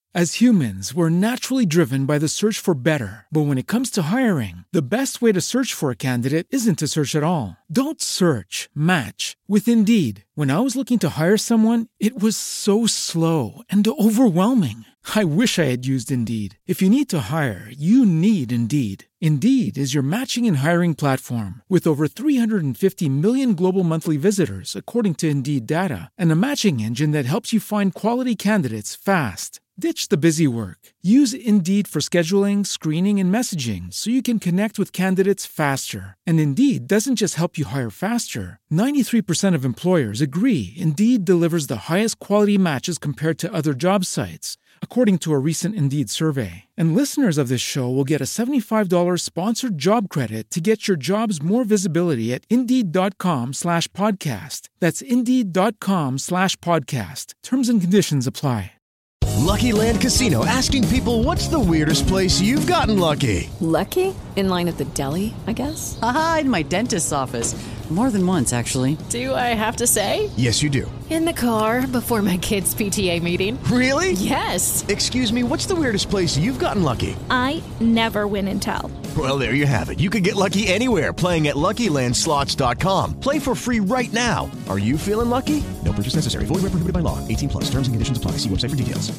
As humans, we're naturally driven by the search for better. But when it comes to hiring, the best way to search for a candidate isn't to search at all. Don't search, match with Indeed. When I was looking to hire someone, it was so slow and overwhelming. I wish I had used Indeed. If you need to hire, you need Indeed. Indeed is your matching and hiring platform with over 350 million global monthly visitors, according to Indeed data, and a matching engine that helps you find quality candidates fast. Ditch the busy work. Use Indeed for scheduling, screening, and messaging so you can connect with candidates faster. And Indeed doesn't just help you hire faster. 93% of employers agree Indeed delivers the highest quality matches compared to other job sites, according to a recent Indeed survey. And listeners of this show will get a $75 sponsored job credit to get your jobs more visibility at Indeed.com/podcast. That's Indeed.com/podcast. Terms and conditions apply. Lucky Land Casino, asking people, what's the weirdest place you've gotten lucky? Lucky? In line at the deli, I guess? Aha, in my dentist's office. More than once, actually. Do I have to say? Yes, you do. In the car before my kids' PTA meeting. Really? Yes. Excuse me, what's the weirdest place you've gotten lucky? I never win and tell. Well, there you have it. You can get lucky anywhere, playing at LuckyLandSlots.com. Play for free right now. Are you feeling lucky? No purchase necessary. Void where prohibited by law. 18+. Terms and conditions apply. See website for details.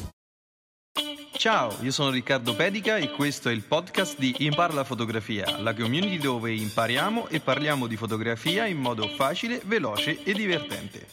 Ciao, io sono Riccardo Pedica e questo è il podcast di Impara la fotografia, la community dove impariamo e parliamo di fotografia in modo facile, veloce e divertente.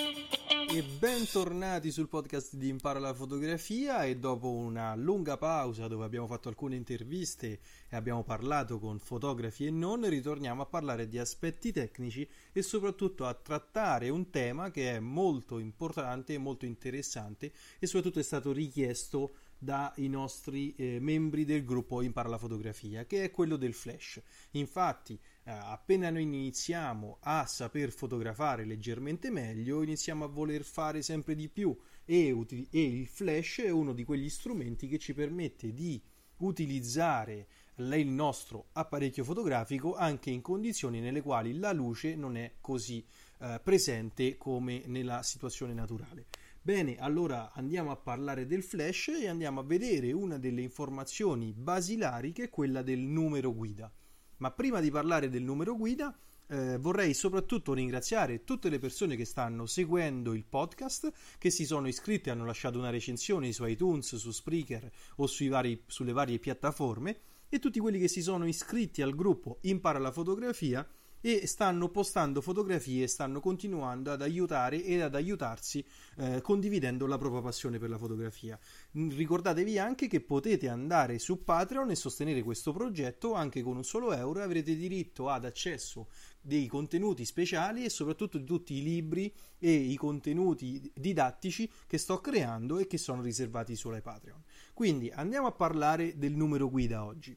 E bentornati sul podcast di Impara la fotografia, e dopo una lunga pausa dove abbiamo fatto alcune interviste e abbiamo parlato con fotografi e non, ritorniamo a parlare di aspetti tecnici e soprattutto a trattare un tema che è molto importante e molto interessante e soprattutto è stato richiesto dai nostri membri del gruppo Impara la fotografia, che è quello del flash. Infatti appena noi iniziamo a saper fotografare leggermente meglio, iniziamo a voler fare sempre di più e il flash è uno di quegli strumenti che ci permette di utilizzare il nostro apparecchio fotografico anche in condizioni nelle quali la luce non è così presente come nella situazione naturale. Bene, allora andiamo a parlare del flash e andiamo a vedere una delle informazioni basilari, che è quella del numero guida. Ma prima di parlare del numero guida vorrei soprattutto ringraziare tutte le persone che stanno seguendo il podcast, che si sono iscritte e hanno lasciato una recensione su iTunes, su Spreaker o sulle varie piattaforme, e tutti quelli che si sono iscritti al gruppo Impara la fotografia e stanno postando fotografie, stanno continuando ad aiutare e ad aiutarsi condividendo la propria passione per la fotografia. Ricordatevi anche che potete andare su Patreon e sostenere questo progetto anche con un solo euro, e avrete diritto ad accesso dei contenuti speciali e soprattutto di tutti i libri e i contenuti didattici che sto creando e che sono riservati solo ai Patreon. Quindi andiamo a parlare del numero guida oggi.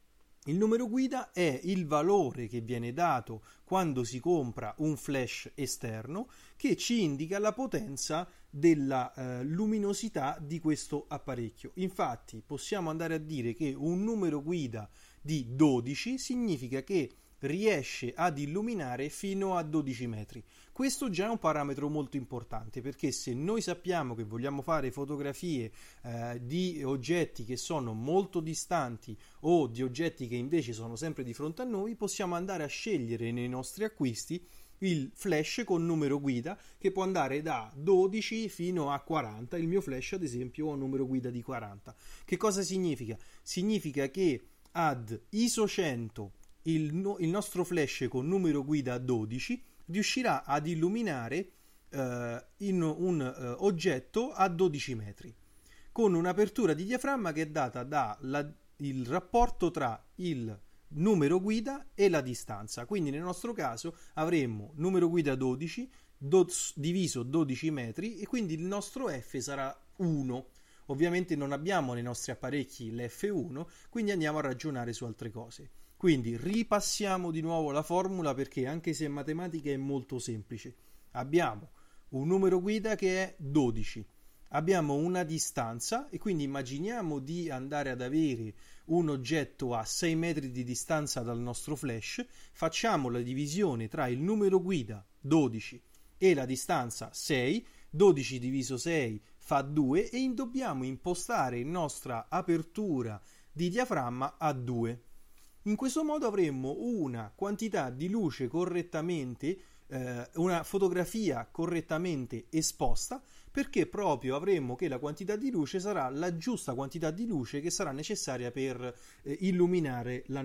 Il numero guida è il valore che viene dato quando si compra un flash esterno, che ci indica la potenza della luminosità di questo apparecchio. Infatti possiamo andare a dire che un numero guida di 12 significa che riesce ad illuminare fino a 12 metri. Questo già è un parametro molto importante, perché se noi sappiamo che vogliamo fare fotografie di oggetti che sono molto distanti o di oggetti che invece sono sempre di fronte a noi, possiamo andare a scegliere nei nostri acquisti il flash con numero guida che può andare da 12 fino a 40. Il mio flash, ad esempio, ha un numero guida di 40. Che cosa significa? Significa che ad ISO 100 il nostro flash con numero guida 12 riuscirà ad illuminare in un oggetto a 12 metri con un'apertura di diaframma che è data dal rapporto tra il numero guida e la distanza. Quindi nel nostro caso avremmo numero guida 12 diviso 12 metri, e quindi il nostro F sarà 1. Ovviamente non abbiamo nei nostri apparecchi l'F1, quindi andiamo a ragionare su altre cose. Quindi ripassiamo di nuovo la formula, perché anche se matematica è molto semplice. Abbiamo un numero guida che è 12, abbiamo una distanza, e quindi immaginiamo di andare ad avere un oggetto a 6 metri di distanza dal nostro flash. Facciamo la divisione tra il numero guida 12 e la distanza 6. 12 diviso 6 fa 2 e dobbiamo impostare la nostra apertura di diaframma a 2. In questo modo avremmo una quantità di luce correttamente, una fotografia correttamente esposta, perché proprio avremmo che la quantità di luce sarà la giusta quantità di luce che sarà necessaria per illuminare il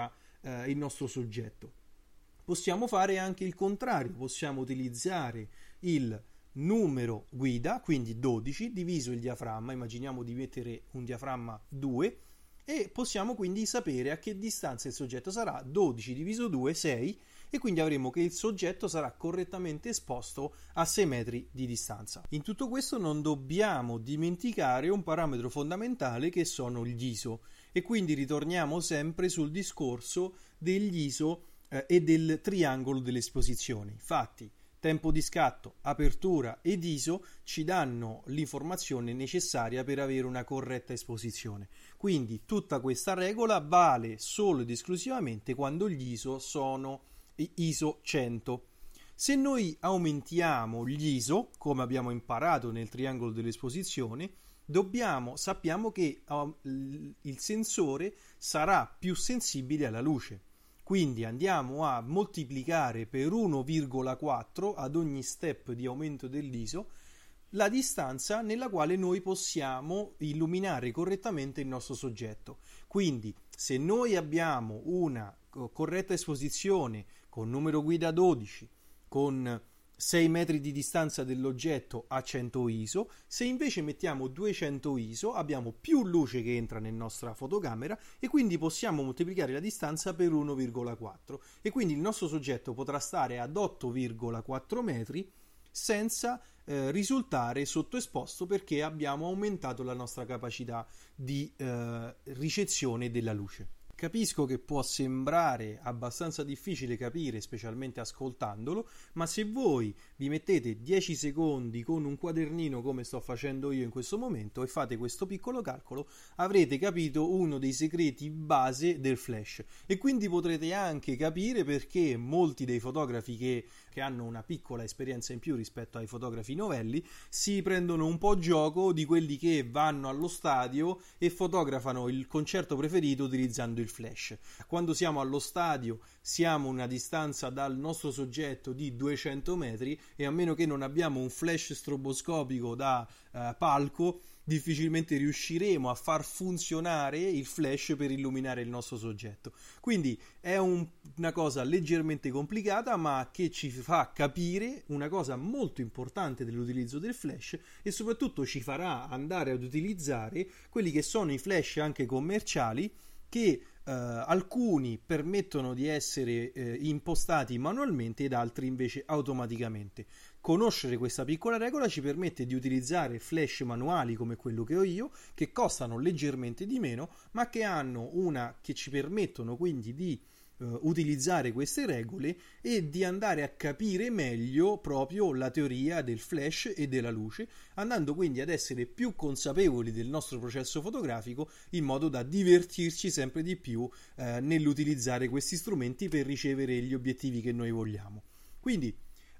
nostro soggetto. Possiamo fare anche il contrario, possiamo utilizzare il numero guida, quindi 12, diviso il diaframma, immaginiamo di mettere un diaframma 2, e possiamo quindi sapere a che distanza il soggetto sarà. 12 diviso 2, 6, e quindi avremo che il soggetto sarà correttamente esposto a 6 metri di distanza. In tutto questo non dobbiamo dimenticare un parametro fondamentale che sono gli ISO, e quindi ritorniamo sempre sul discorso degli ISO e del triangolo dell'esposizione. Infatti tempo di scatto, apertura ed ISO ci danno l'informazione necessaria per avere una corretta esposizione. Quindi tutta questa regola vale solo ed esclusivamente quando gli ISO sono ISO 100. Se noi aumentiamo gli ISO, come abbiamo imparato nel triangolo dell'esposizione, sappiamo che il sensore sarà più sensibile alla luce. Quindi andiamo a moltiplicare per 1,4 ad ogni step di aumento dell'ISO la distanza nella quale noi possiamo illuminare correttamente il nostro soggetto. Quindi se noi abbiamo una corretta esposizione con numero guida 12, con 6 metri di distanza dell'oggetto a 100 ISO, se invece mettiamo 200 ISO abbiamo più luce che entra nella nostra fotocamera e quindi possiamo moltiplicare la distanza per 1,4 e quindi il nostro soggetto potrà stare ad 8,4 metri senza risultare sottoesposto, perché abbiamo aumentato la nostra capacità di ricezione della luce. Capisco che può sembrare abbastanza difficile capire, specialmente ascoltandolo, ma se voi vi mettete 10 secondi con un quadernino come sto facendo io in questo momento e fate questo piccolo calcolo, avrete capito uno dei segreti base del flash, e quindi potrete anche capire perché molti dei fotografi che hanno una piccola esperienza in più rispetto ai fotografi novelli si prendono un po' gioco di quelli che vanno allo stadio e fotografano il concerto preferito utilizzando il flash. Quando siamo allo stadio siamo a una distanza dal nostro soggetto di 200 metri e a meno che non abbiamo un flash stroboscopico da palco difficilmente riusciremo a far funzionare il flash per illuminare il nostro soggetto. Quindi è una cosa leggermente complicata, ma che ci fa capire una cosa molto importante dell'utilizzo del flash, e soprattutto ci farà andare ad utilizzare quelli che sono i flash anche commerciali, che alcuni permettono di essere impostati manualmente ed altri invece automaticamente. Conoscere questa piccola regola ci permette di utilizzare flash manuali come quello che ho io, che costano leggermente di meno, ma che ci permettono quindi di utilizzare queste regole e di andare a capire meglio proprio la teoria del flash e della luce, andando quindi ad essere più consapevoli del nostro processo fotografico, in modo da divertirci sempre di più nell'utilizzare questi strumenti per ricevere gli obiettivi che noi vogliamo. Quindi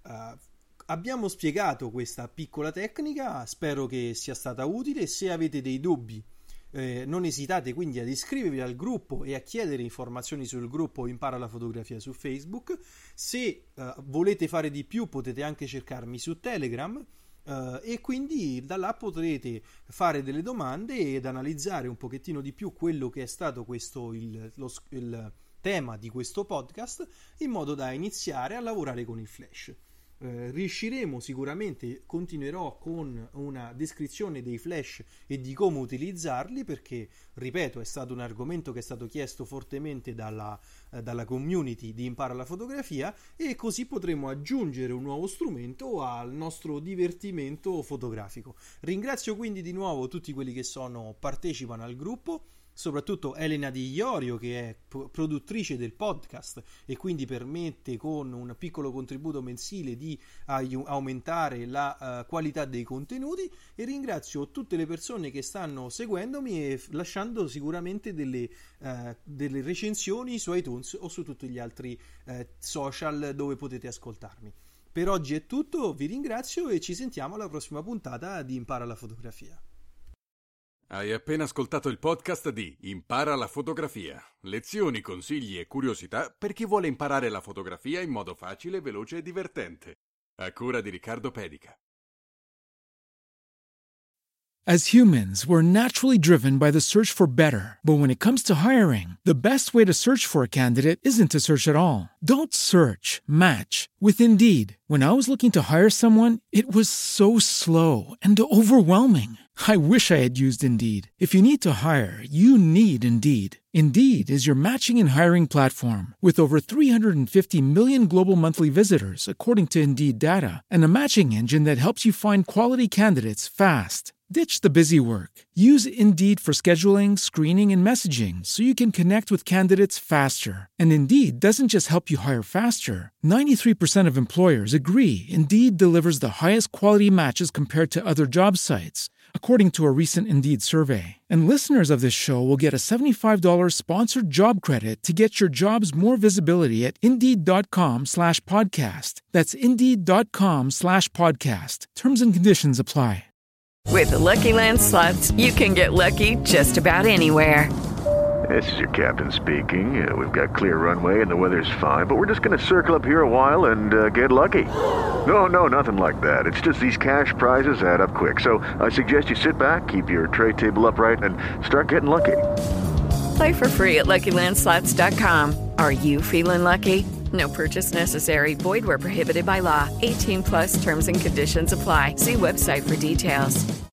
abbiamo spiegato questa piccola tecnica, spero che sia stata utile. Se avete dei dubbi, non esitate quindi ad iscrivervi al gruppo e a chiedere informazioni sul gruppo Impara la fotografia su Facebook. Se volete fare di più potete anche cercarmi su Telegram, e quindi da là potrete fare delle domande ed analizzare un pochettino di più quello che è stato il tema di questo podcast, in modo da iniziare a lavorare con il flash. Riusciremo sicuramente, continuerò con una descrizione dei flash e di come utilizzarli, perché ripeto è stato un argomento che è stato chiesto fortemente dalla community di Impara la fotografia, e così potremo aggiungere un nuovo strumento al nostro divertimento fotografico. Ringrazio quindi di nuovo tutti quelli che partecipano al gruppo, soprattutto Elena Di Iorio, che è produttrice del podcast e quindi permette con un piccolo contributo mensile di aumentare la qualità dei contenuti, e ringrazio tutte le persone che stanno seguendomi e lasciando sicuramente delle recensioni su iTunes o su tutti gli altri social dove potete ascoltarmi. Per oggi è tutto, vi ringrazio e ci sentiamo alla prossima puntata di Impara la fotografia. Hai appena ascoltato il podcast di Impara la fotografia. Lezioni, consigli e curiosità per chi vuole imparare la fotografia in modo facile, veloce e divertente. A cura di Riccardo Pedica. As humans, we're naturally driven by the search for better. But when it comes to hiring, the best way to search for a candidate isn't to search at all. Don't search, match with Indeed. When I was looking to hire someone, it was so slow and overwhelming. I wish I had used Indeed. If you need to hire, you need Indeed. Indeed is your matching and hiring platform with over 350 million global monthly visitors, according to Indeed data, and a matching engine that helps you find quality candidates fast. Ditch the busy work. Use Indeed for scheduling, screening, and messaging so you can connect with candidates faster. And Indeed doesn't just help you hire faster. 93% of employers agree Indeed delivers the highest quality matches compared to other job sites, according to a recent Indeed survey. And listeners of this show will get a $75 sponsored job credit to get your jobs more visibility at Indeed.com/podcast. That's Indeed.com/podcast. Terms and conditions apply. With the Lucky Land Slots, you can get lucky just about anywhere. This is your captain speaking. We've got clear runway and the weather's fine, but we're just going to circle up here a while and get lucky. No, nothing like that. It's just these cash prizes add up quick. So I suggest you sit back, keep your tray table upright, and start getting lucky. Play for free at LuckyLandSlots.com. Are you feeling lucky? No purchase necessary. Void where prohibited by law. 18+ terms and conditions apply. See website for details.